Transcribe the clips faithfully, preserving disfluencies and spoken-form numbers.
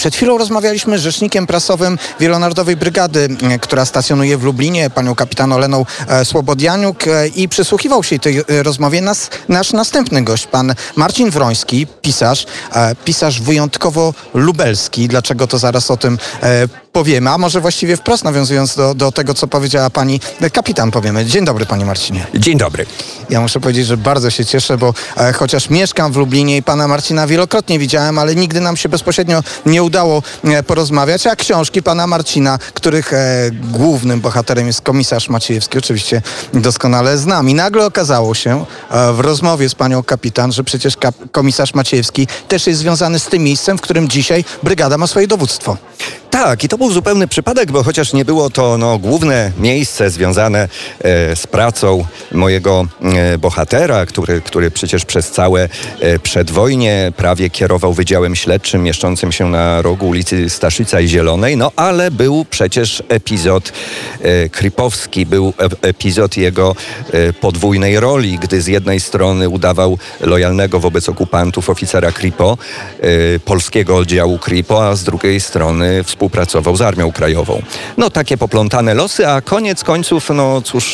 Przed chwilą rozmawialiśmy z rzecznikiem prasowym Wielonarodowej Brygady, która stacjonuje w Lublinie, panią kapitan Oleną Słobodianiuk, i przysłuchiwał się tej rozmowie nas, nasz następny gość, pan Marcin Wroński, pisarz, pisarz wyjątkowo lubelski. Dlaczego, to zaraz o tym powiemy, a może właściwie wprost nawiązując do, do tego, co powiedziała pani kapitan, powiemy. Dzień dobry, panie Marcinie. Dzień dobry. Ja muszę powiedzieć, że bardzo się cieszę, bo e, chociaż mieszkam w Lublinie i pana Marcina wielokrotnie widziałem, ale nigdy nam się bezpośrednio nie udało e, porozmawiać, a książki pana Marcina, których e, głównym bohaterem jest komisarz Maciejewski, oczywiście doskonale znam. I nagle okazało się e, w rozmowie z panią kapitan, że przecież kap- komisarz Maciejewski też jest związany z tym miejscem, w którym dzisiaj brygada ma swoje dowództwo. Tak, i to był zupełny przypadek, bo chociaż nie było to no, główne miejsce związane e, z pracą mojego e, bohatera, który, który przecież przez całe e, przedwojnie prawie kierował Wydziałem Śledczym mieszczącym się na rogu ulicy Staszica i Zielonej, no ale był przecież epizod e, kripowski, był e, epizod jego e, podwójnej roli, gdy z jednej strony udawał lojalnego wobec okupantów oficera Kripo, e, polskiego oddziału Kripo, a z drugiej strony współpracował z Armią Krajową. No takie poplątane losy, a koniec końców, no cóż,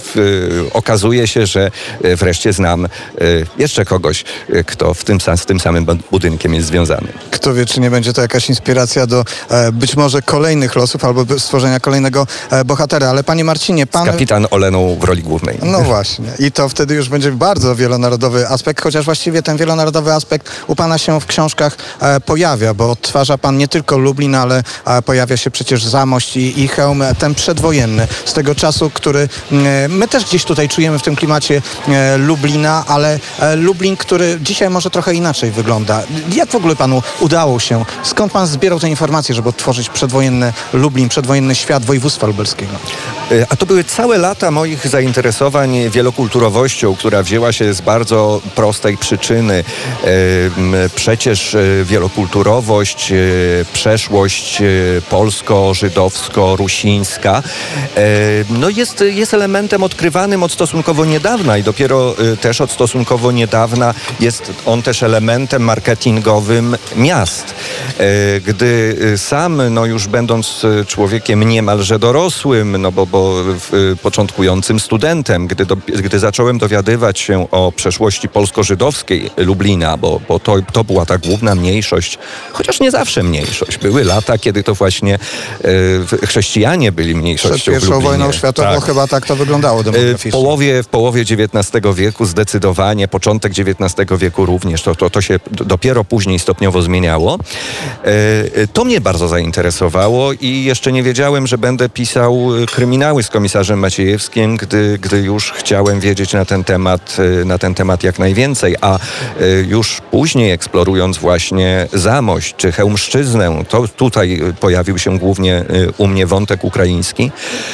w, okazuje się, że wreszcie znam jeszcze kogoś, kto w tym, z tym samym budynkiem jest związany. Kto wie, czy nie będzie to jakaś inspiracja do e, być może kolejnych losów albo stworzenia kolejnego e, bohatera. Ale panie Marcinie, pan... Z kapitan Oleną w roli głównej. No właśnie. I to wtedy już będzie bardzo wielonarodowy aspekt, chociaż właściwie ten wielonarodowy aspekt u pana się w książkach e, pojawia, bo odtwarza pan nie tylko Lublin, ale e, pojawia się przecież Zamość i, i Chełm, ten przedwojenny, z tego czasu, który e, my też gdzieś tutaj czujemy w tym klimacie e, Lublina, ale e, Lublin, który dzisiaj może trochę inaczej wygląda. Jak w ogóle panu udało się? Skąd pan zbierał te informacje, żeby odtworzyć przedwojenny Lublin, przedwojenny świat województwa lubelskiego? A to były całe lata moich zainteresowań wielokulturowością, która wzięła się z bardzo prostej przyczyny. Przecież wielokulturowość, przeszłość polsko-żydowsko-rusińska no jest, jest elementem odkrywanym od stosunkowo niedawna i dopiero też od stosunkowo niedawna jest on też elementem marketingowym miast. Gdy sam, no już będąc człowiekiem niemalże dorosłym, no bo, bo początkującym studentem, gdy, do, gdy zacząłem dowiadywać się o przeszłości polsko-żydowskiej Lublina, bo, bo to, to była ta główna mniejszość, chociaż nie zawsze mniejszość. Były lata, kiedy to właśnie e, chrześcijanie byli mniejszością Przed pierwszą w Lublinie. wojną światową tak. Chyba tak to wyglądało demograficznie. W połowie, w połowie dziewiętnastego wieku zdecydowanie, początek dziewiętnastego wieku również, to, to, to się dopiero później stopniowo zmieniało. E, to mnie bardzo zainteresowało i jeszcze nie wiedziałem, że będę pisał kryminały z komisarzem Maciejewskim, gdy, gdy już chciałem wiedzieć na ten temat, na ten temat jak najwięcej, a już później eksplorując właśnie Zamość czy Chełmszczyznę, to tutaj pojawił się głównie u mnie wątek ukraiński,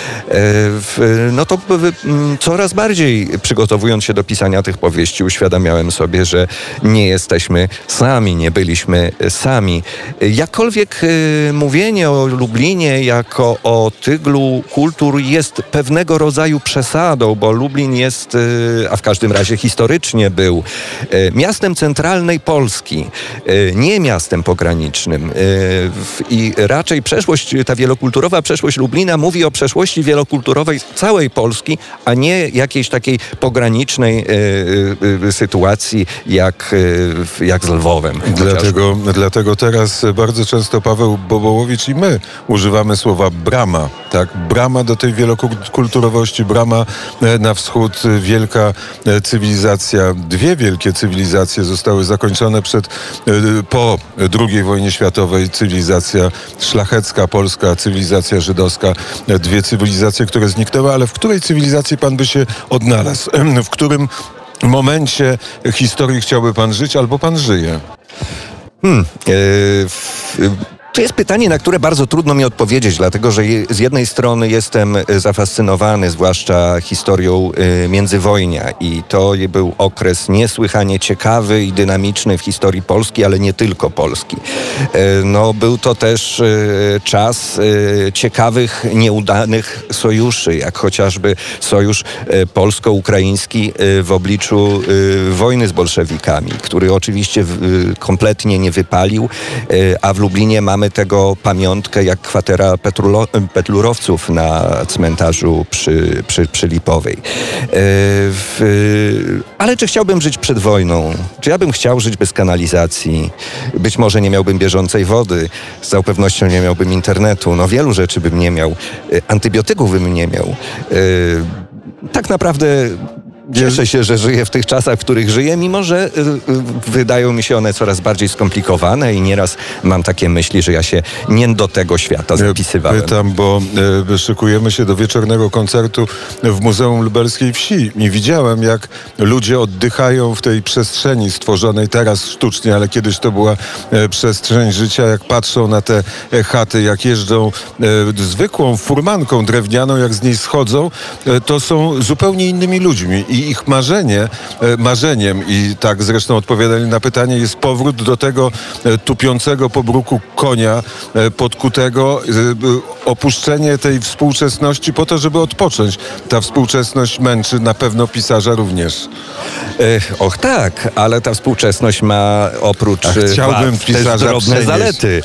no to coraz bardziej przygotowując się do pisania tych powieści uświadamiałem sobie, że nie jesteśmy sami, nie byliśmy sami. Jakkolwiek mówienie o Lublinie jako o tyglu kultur jest pewnego rodzaju przesadą, bo Lublin jest, a w każdym razie historycznie był, miastem centralnej Polski, nie miastem pogranicznym. I raczej przeszłość, ta wielokulturowa przeszłość Lublina mówi o przeszłości wielokulturowej całej Polski, a nie jakiejś takiej pogranicznej sytuacji jak, jak z Lwowem. Dlatego, dlatego teraz bardzo często Paweł Bobołowicz i my używamy słowa brama, tak? Brama do tej wielokulturowości, brama na wschód, wielka cywilizacja, dwie wielkie cywilizacje zostały zakończone przed, po drugiej wojnie światowej. Cywilizacja szlachecka, polska, cywilizacja żydowska, dwie cywilizacje, które zniknęły, ale w której cywilizacji pan by się odnalazł? W którym momencie historii chciałby pan żyć albo pan żyje? Hmm, yy, w, To jest pytanie, na które bardzo trudno mi odpowiedzieć, dlatego że je, z jednej strony jestem zafascynowany zwłaszcza historią y, międzywojnia i to był okres niesłychanie ciekawy i dynamiczny w historii Polski, ale nie tylko Polski. Y, no, był to też y, czas y, ciekawych, nieudanych sojuszy, jak chociażby sojusz y, polsko-ukraiński y, w obliczu y, wojny z bolszewikami, który oczywiście y, kompletnie nie wypalił, y, a w Lublinie mamy tego pamiątkę jak kwatera petrulo- petlurowców na cmentarzu przy, przy, przy Lipowej. E, w, ale czy chciałbym żyć przed wojną? Czy ja bym chciał żyć bez kanalizacji? Być może nie miałbym bieżącej wody, z całą pewnością nie miałbym internetu, no wielu rzeczy bym nie miał, e, antybiotyków bym nie miał. E, tak naprawdę cieszę się, że żyję w tych czasach, w których żyję, mimo że y, y, wydają mi się one coraz bardziej skomplikowane i nieraz mam takie myśli, że ja się nie do tego świata zapisywałem. Pytam, bo y, szykujemy się do wieczornego koncertu w Muzeum Lubelskiej Wsi i widziałem, jak ludzie oddychają w tej przestrzeni stworzonej teraz sztucznie, ale kiedyś to była y, przestrzeń życia, jak patrzą na te y, chaty, jak jeżdżą y, zwykłą furmanką drewnianą, jak z niej schodzą, y, to są zupełnie innymi ludźmi. I ich marzenie, e, marzeniem, i tak zresztą odpowiadali na pytanie, jest powrót do tego e, tupiącego po bruku konia e, podkutego, e, opuszczenie tej współczesności po to, żeby odpocząć. Ta współczesność męczy na pewno pisarza również. E, och tak, ale ta współczesność ma oprócz A chciałbym wad, pisarza też drobne przenieść. zalety.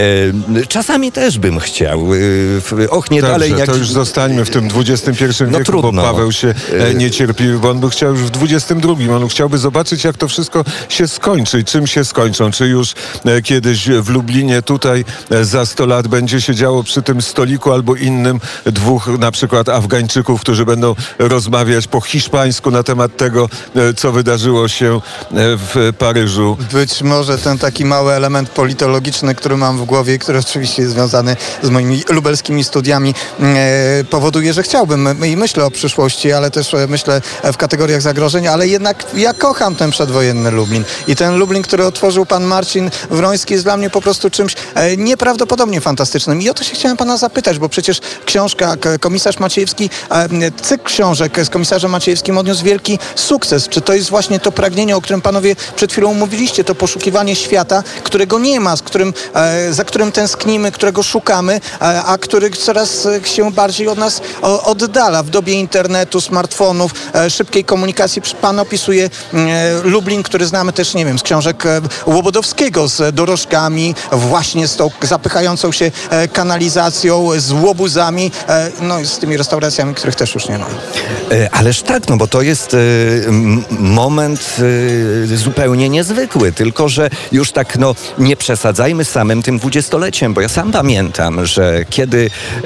E, czasami też bym chciał. E, och, nie Dobrze, dalej jak... to już zostańmy w tym dwudziestym pierwszym No wieku, trudno. bo Paweł się e, nie cierpi, bo on by chciał już w dwudziestym drugim. On chciałby zobaczyć, jak to wszystko się skończy i czym się skończą. Czy już e, kiedyś w Lublinie tutaj e, za sto lat będzie się działo przy tym stoliku albo innym dwóch na przykład Afgańczyków, którzy będą rozmawiać po hiszpańsku na temat tego, e, co wydarzyło się e, w Paryżu. Być może ten taki mały element politologiczny, który mam w głowie, który oczywiście jest związany z moimi lubelskimi studiami, e, powoduje, że chciałbym i myślę o przyszłości, ale też e, myślę w kategoriach zagrożeń, ale jednak ja kocham ten przedwojenny Lublin. I ten Lublin, który otworzył pan Marcin Wroński, jest dla mnie po prostu czymś e, nieprawdopodobnie fantastycznym. I o to się chciałem pana zapytać, bo przecież książka k- Komisarz Maciejewski, e, cykl książek z komisarzem Maciejewskim odniósł wielki sukces. Czy to jest właśnie to pragnienie, o którym panowie przed chwilą mówiliście, to poszukiwanie świata, którego nie ma, z którym, e, za którym tęsknimy, którego szukamy, e, a który coraz się bardziej od nas o, oddala w dobie internetu, smartfonów, e, szybkiej komunikacji. Pan opisuje e, Lublin, który znamy też, nie wiem, z książek e, Łobodowskiego, z dorożkami, właśnie z tą zapychającą się e, kanalizacją, z łobuzami, e, no i z tymi restauracjami, których też już nie ma. E, ależ tak, no bo to jest e, m, moment e, zupełnie niezwykły, tylko że już tak, no nie przesadzajmy z samym tym dwudziestoleciem, bo ja sam pamiętam, że kiedy e,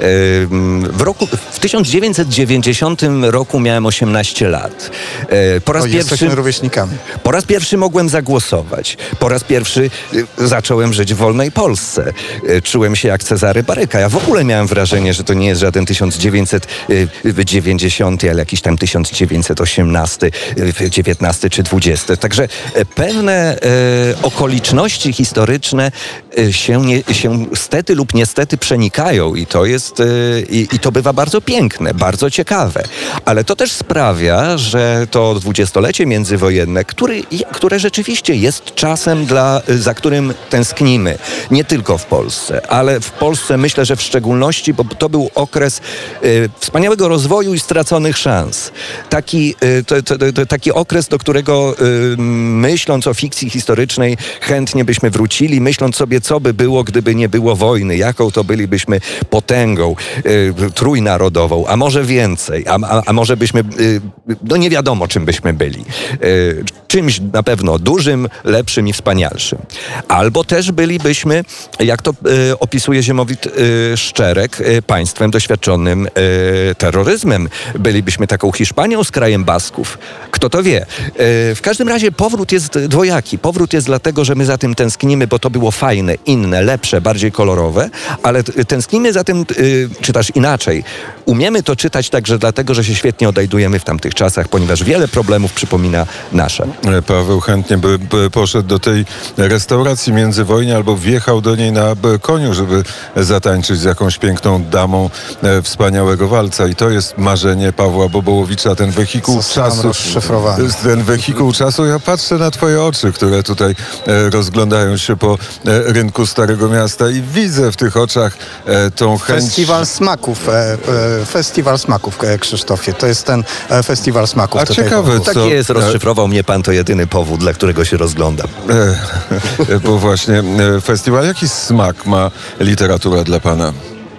w roku, w tysiąc dziewięćset dziewięćdziesiątym roku miałem osiemnaście lat. E, po raz O, pierwszy jesteśmy rówieśnikami. Po raz pierwszy mogłem zagłosować. Po raz pierwszy y, zacząłem żyć w wolnej Polsce. Y, czułem się jak Cezary Baryka. Ja w ogóle miałem wrażenie, że to nie jest żaden tysiąc dziewięćset dziewięćdziesiąty, ale jakiś tam tysiąc dziewięćset osiemnasty, dziewiętnasty czy dwudziesty. Także y, pewne y, okoliczności historyczne y, się, nie, się stety lub niestety przenikają i to jest y, i, i to bywa bardzo piękne, bardzo ciekawe. Ale to też sprawia, że to dwudziestolecie międzywojenne, który, które rzeczywiście jest czasem, dla, za którym tęsknimy. Nie tylko w Polsce, ale w Polsce myślę, że w szczególności, bo to był okres y, wspaniałego rozwoju i straconych szans. Taki, y, to, to, to, taki okres, do którego y, myśląc o fikcji historycznej chętnie byśmy wrócili, myśląc sobie, co by było, gdyby nie było wojny, jaką to bylibyśmy potęgą y, trójnarodową, a może więcej, a, a, a może byśmy, y, no nie wiadomo, czym byśmy byli. Y, czymś na pewno dużym, lepszym i wspanialszym. Albo też bylibyśmy, jak to y, opisuje Ziemowit y, Szczerek, y, państwem doświadczonym y, terroryzmem. Bylibyśmy taką Hiszpanią z krajem Basków. Kto to wie? W każdym razie powrót jest dwojaki. Powrót jest dlatego, że my za tym tęsknimy, bo to było fajne, inne, lepsze, bardziej kolorowe, ale tęsknimy za tym, czy też inaczej. Umiemy to czytać także dlatego, że się świetnie odnajdujemy w tamtych czasach, ponieważ wiele problemów przypomina nasze. Paweł chętnie by, by poszedł do tej restauracji międzywojnia albo wjechał do niej na koniu, żeby zatańczyć z jakąś piękną damą e, wspaniałego walca. I to jest marzenie Pawła Bobołowicza, ten wehikuł Zostałem czasu. rozszyfrowany. Ten wehikuł czasu. Ja patrzę na twoje oczy, które tutaj e, rozglądają się po e, rynku Starego Miasta i widzę w tych oczach e, tą chęć... Festiwal smaków, e, e, festiwal smaków, e, Krzysztofie. To jest ten e, festiwal smaków. A tutaj ciekawe, powód. Tak co- jest, rozszyfrował mnie pan, to jedyny powód, dla którego się rozglądam. E, bo właśnie e, festiwal. Jaki smak ma literatura dla pana?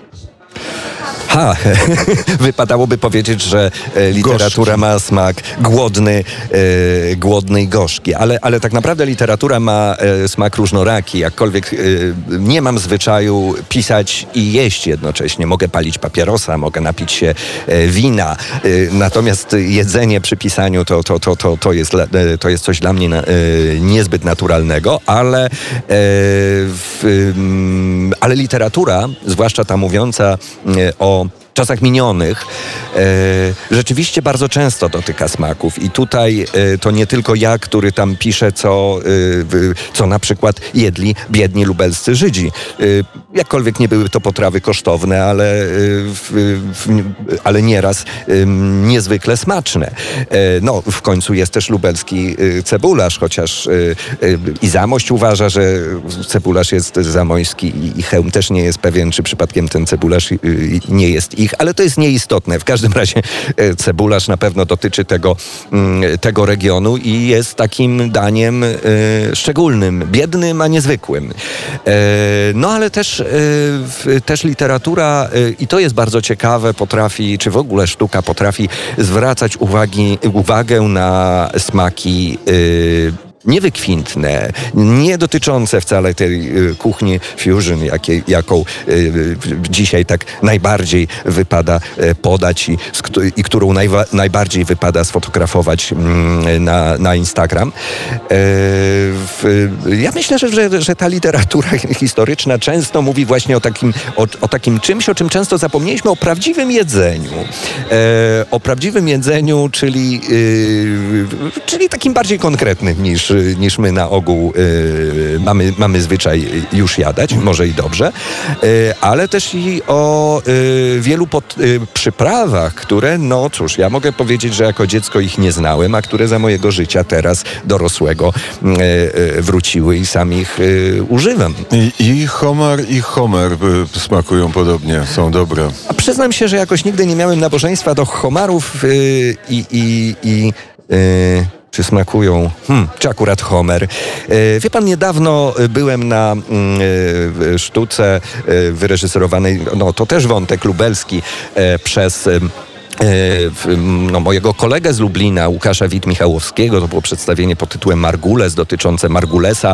Ha, wypadałoby powiedzieć, że e, literatura Gorzki. ma smak głodny, e, głodny i gorzki, ale, ale tak naprawdę literatura ma e, smak różnoraki, jakkolwiek e, nie mam zwyczaju pisać i jeść jednocześnie. Mogę palić papierosa, mogę napić się e, wina, e, natomiast jedzenie przy pisaniu to, to, to, to, to, jest, le- e, to jest coś dla mnie na, e, niezbyt naturalnego, ale, e, w, mm, ale literatura, zwłaszcza ta mówiąca e, o czasach minionych, e, rzeczywiście bardzo często dotyka smaków. I tutaj e, to nie tylko ja, który tam pisze, co, e, w, co na przykład jedli biedni lubelscy Żydzi. E, jakkolwiek nie były to potrawy kosztowne, ale, e, w, w, ale nieraz e, niezwykle smaczne. E, no, w końcu jest też lubelski e, cebularz, chociaż e, e, i Zamość uważa, że cebularz jest zamoyski i, i Chełm też nie jest pewien, czy przypadkiem ten cebularz e, nie jest ich, ale to jest nieistotne. W każdym razie e, cebularz na pewno dotyczy tego, mm, tego regionu i jest takim daniem e, szczególnym, biednym, a niezwykłym. E, no ale też, e, w, też literatura, e, i to jest bardzo ciekawe, potrafi, czy w ogóle sztuka potrafi zwracać uwagi, uwagę na smaki e, niewykwintne, nie dotyczące wcale tej y, kuchni fusion, jakiej, jaką y, dzisiaj tak najbardziej wypada y, podać i, z, któ- i którą najwa- najbardziej wypada sfotografować mm, na, na Instagram. E, w, ja myślę, że, że, że ta literatura historyczna często mówi właśnie o takim, o, o takim czymś, o czym często zapomnieliśmy, o prawdziwym jedzeniu. E, o prawdziwym jedzeniu, czyli, y, czyli takim bardziej konkretnym niż niż my na ogół y, mamy, mamy zwyczaj już jadać, może i dobrze, y, ale też i o y, wielu pod, y, przyprawach, które, no cóż, ja mogę powiedzieć, że jako dziecko ich nie znałem, a które za mojego życia teraz dorosłego y, y, wróciły i sam ich y, używam. I, I homar, i homer y, smakują podobnie, są dobre. A przyznam się, że jakoś nigdy nie miałem nabożeństwa do homarów y, i... i, i y, czy smakują, hmm, czy akurat Homer. E, wie pan, niedawno byłem na e, sztuce e, wyreżyserowanej, no to też wątek lubelski, e, przez... E, no, mojego kolegę z Lublina, Łukasza Wit-Michałowskiego. To było przedstawienie pod tytułem Margules, dotyczące Margulesa, e,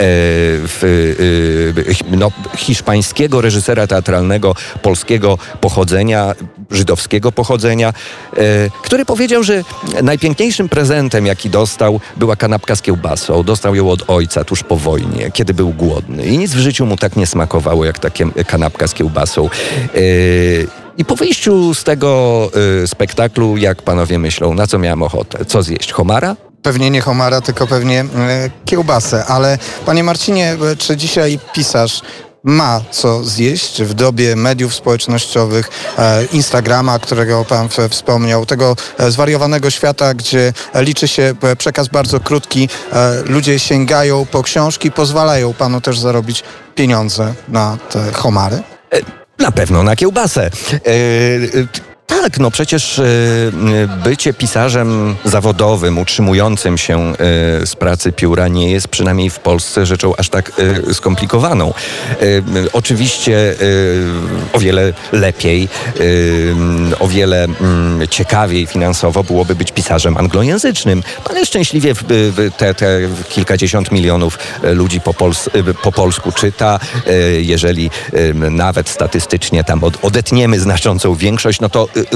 w, e, no, hiszpańskiego reżysera teatralnego polskiego pochodzenia, żydowskiego pochodzenia, e, który powiedział, że najpiękniejszym prezentem, jaki dostał, była kanapka z kiełbasą. Dostał ją od ojca tuż po wojnie, kiedy był głodny. I nic w życiu mu tak nie smakowało, jak ta kanapka z kiełbasą. E, I po wyjściu z tego y, spektaklu, jak panowie myślą, na co miałem ochotę? Co zjeść? Homara? Pewnie nie homara, tylko pewnie e, kiełbasę. Ale panie Marcinie, e, czy dzisiaj pisarz ma co zjeść w dobie mediów społecznościowych, e, Instagrama, którego pan w, wspomniał, tego e, zwariowanego świata, gdzie e, liczy się e, przekaz bardzo krótki, e, ludzie sięgają po książki, pozwalają panu też zarobić pieniądze na te homary? Na pewno na kiełbasę. E, e, Tak, no przecież e, bycie pisarzem zawodowym, utrzymującym się e, z pracy pióra nie jest przynajmniej w Polsce rzeczą aż tak e, skomplikowaną. E, oczywiście e, o wiele lepiej, e, o wiele m, ciekawiej finansowo byłoby być pisarzem anglojęzycznym, ale szczęśliwie w, w te, te kilkadziesiąt milionów ludzi po, pols, po polsku czyta. E, jeżeli e, nawet statystycznie tam od, odetniemy znaczącą większość, no to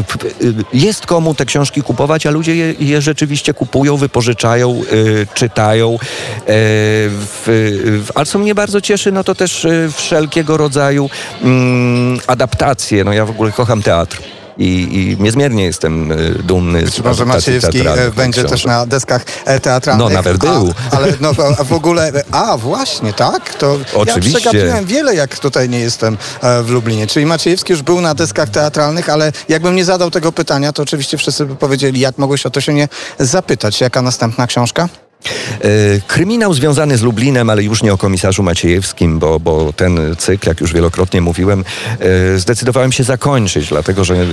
jest komu te książki kupować, a ludzie je, je rzeczywiście kupują, wypożyczają, y, czytają. Y, w, w, a co mnie bardzo cieszy, no to też y, wszelkiego rodzaju y, adaptacje. No ja w ogóle kocham teatr. I, I niezmiernie jestem y, dumny Być z może adaptacji Maciejewski e, teatralnych będzie książek. też na deskach e, teatralnych. No, nawet był. A, ale no, a w ogóle, a właśnie, tak? To Oczywiście. Ja przegapiłem wiele, jak tutaj nie jestem e, w Lublinie. Czyli Maciejewski już był na deskach teatralnych, ale jakbym nie zadał tego pytania, to oczywiście wszyscy by powiedzieli, jak mogłeś o to się nie zapytać. Jaka następna książka? Kryminał związany z Lublinem, ale już nie o komisarzu Maciejewskim, bo, bo ten cykl, jak już wielokrotnie mówiłem, zdecydowałem się zakończyć, dlatego że,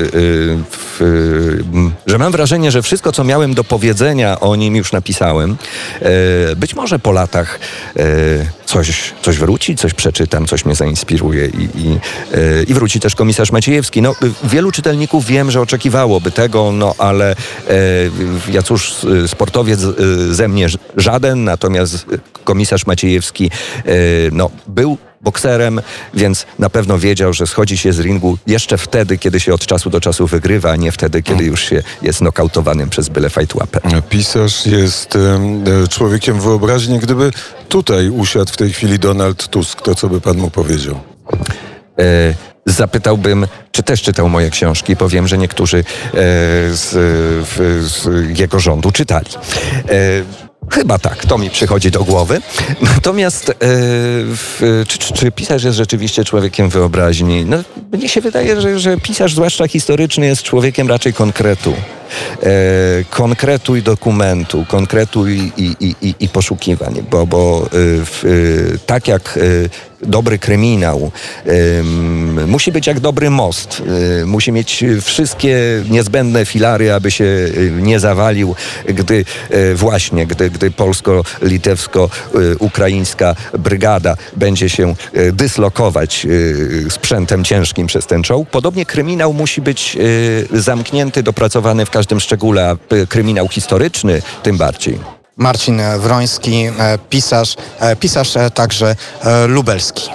że mam wrażenie, że wszystko, co miałem do powiedzenia o nim, już napisałem. Być może po latach coś, coś wróci, coś przeczytam, coś mnie zainspiruje i, i, i wróci też komisarz Maciejewski. No, wielu czytelników wiem, że oczekiwałoby tego, no ale ja cóż, sportowiec ze mnie żaden, natomiast komisarz Maciejewski no, był bokserem, więc na pewno wiedział, że schodzi się z ringu jeszcze wtedy, kiedy się od czasu do czasu wygrywa, a nie wtedy, kiedy już się jest nokautowanym przez byle fajtłapę. Pisarz jest e, człowiekiem wyobraźni. Gdyby tutaj usiadł w tej chwili Donald Tusk, to co by pan mu powiedział? E, Zapytałbym, czy też czytał moje książki, bo wiem, że niektórzy e, z, w, z jego rządu czytali. E, Chyba tak, to mi przychodzi do głowy. Natomiast e, w, czy, czy, czy pisarz jest rzeczywiście człowiekiem wyobraźni? No, mnie się wydaje, że, że pisarz, zwłaszcza historyczny, jest człowiekiem raczej konkretu. E, konkretu i dokumentu, konkretu i, i, i, i poszukiwań, bo, bo e, w, e, tak jak e, dobry kryminał e, musi być jak dobry most, e, musi mieć wszystkie niezbędne filary, aby się nie zawalił, gdy e, właśnie, gdy, gdy polsko-litewsko-ukraińska brygada będzie się e, dyslokować e, sprzętem ciężkim przez ten czołg. Podobnie kryminał musi być e, zamknięty, dopracowany w każdym szczególe, a kryminał historyczny tym bardziej. Marcin Wroński, pisarz, pisarz także lubelski.